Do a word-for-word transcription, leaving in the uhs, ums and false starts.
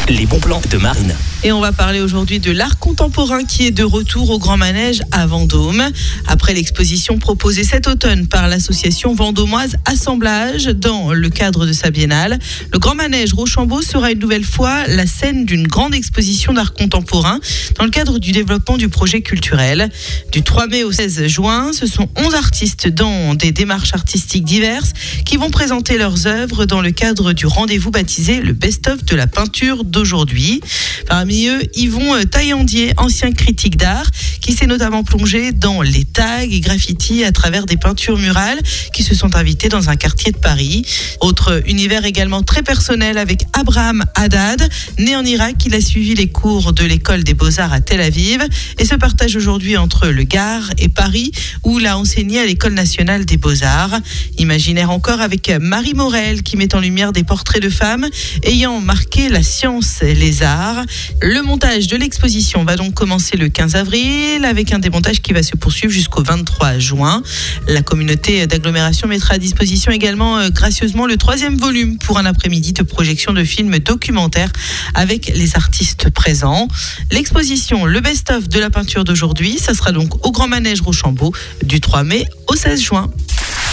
Les bons plans de Marine. Et on va parler aujourd'hui de l'art contemporain qui est de retour au Grand Manège à Vendôme. Après l'exposition proposée cet automne par l'association vendômoise Assemblage dans le cadre de sa biennale, le Grand Manège Rochambeau sera une nouvelle fois la scène d'une grande exposition d'art contemporain dans le cadre du développement du projet culturel. Du trois mai au seize juin, ce sont onze artistes dans des démarches artistiques diverses qui vont présenter leurs œuvres dans le cadre du rendez-vous baptisé le best-of de la peinture d'aujourd'hui. Parmi eux, Yvon Taillandier, ancien critique d'art, qui s'est notamment plongé dans les tags et graffitis à travers des peintures murales qui se sont invitées dans un quartier de Paris. Autre univers également très personnel avec Abraham Haddad, né en Irak, il a suivi les cours de l'école des Beaux-Arts à Tel Aviv et se partage aujourd'hui entre le Gard et Paris, où il a enseigné à l'École nationale des Beaux-Arts. Imaginaire encore avec Marie Morel, qui met en lumière des portraits de femmes ayant marqué la science et les arts. Le montage de l'exposition va donc commencer le quinze avril avec un démontage qui va se poursuivre jusqu'au vingt-trois juin. La communauté d'agglomération mettra à disposition également euh, gracieusement le troisième volume pour un après-midi de projection de films documentaires avec les artistes présents. L'exposition Le Best-of de la peinture d'aujourd'hui, ça sera donc au Grand Manège Rochambeau du trois mai au seize juin.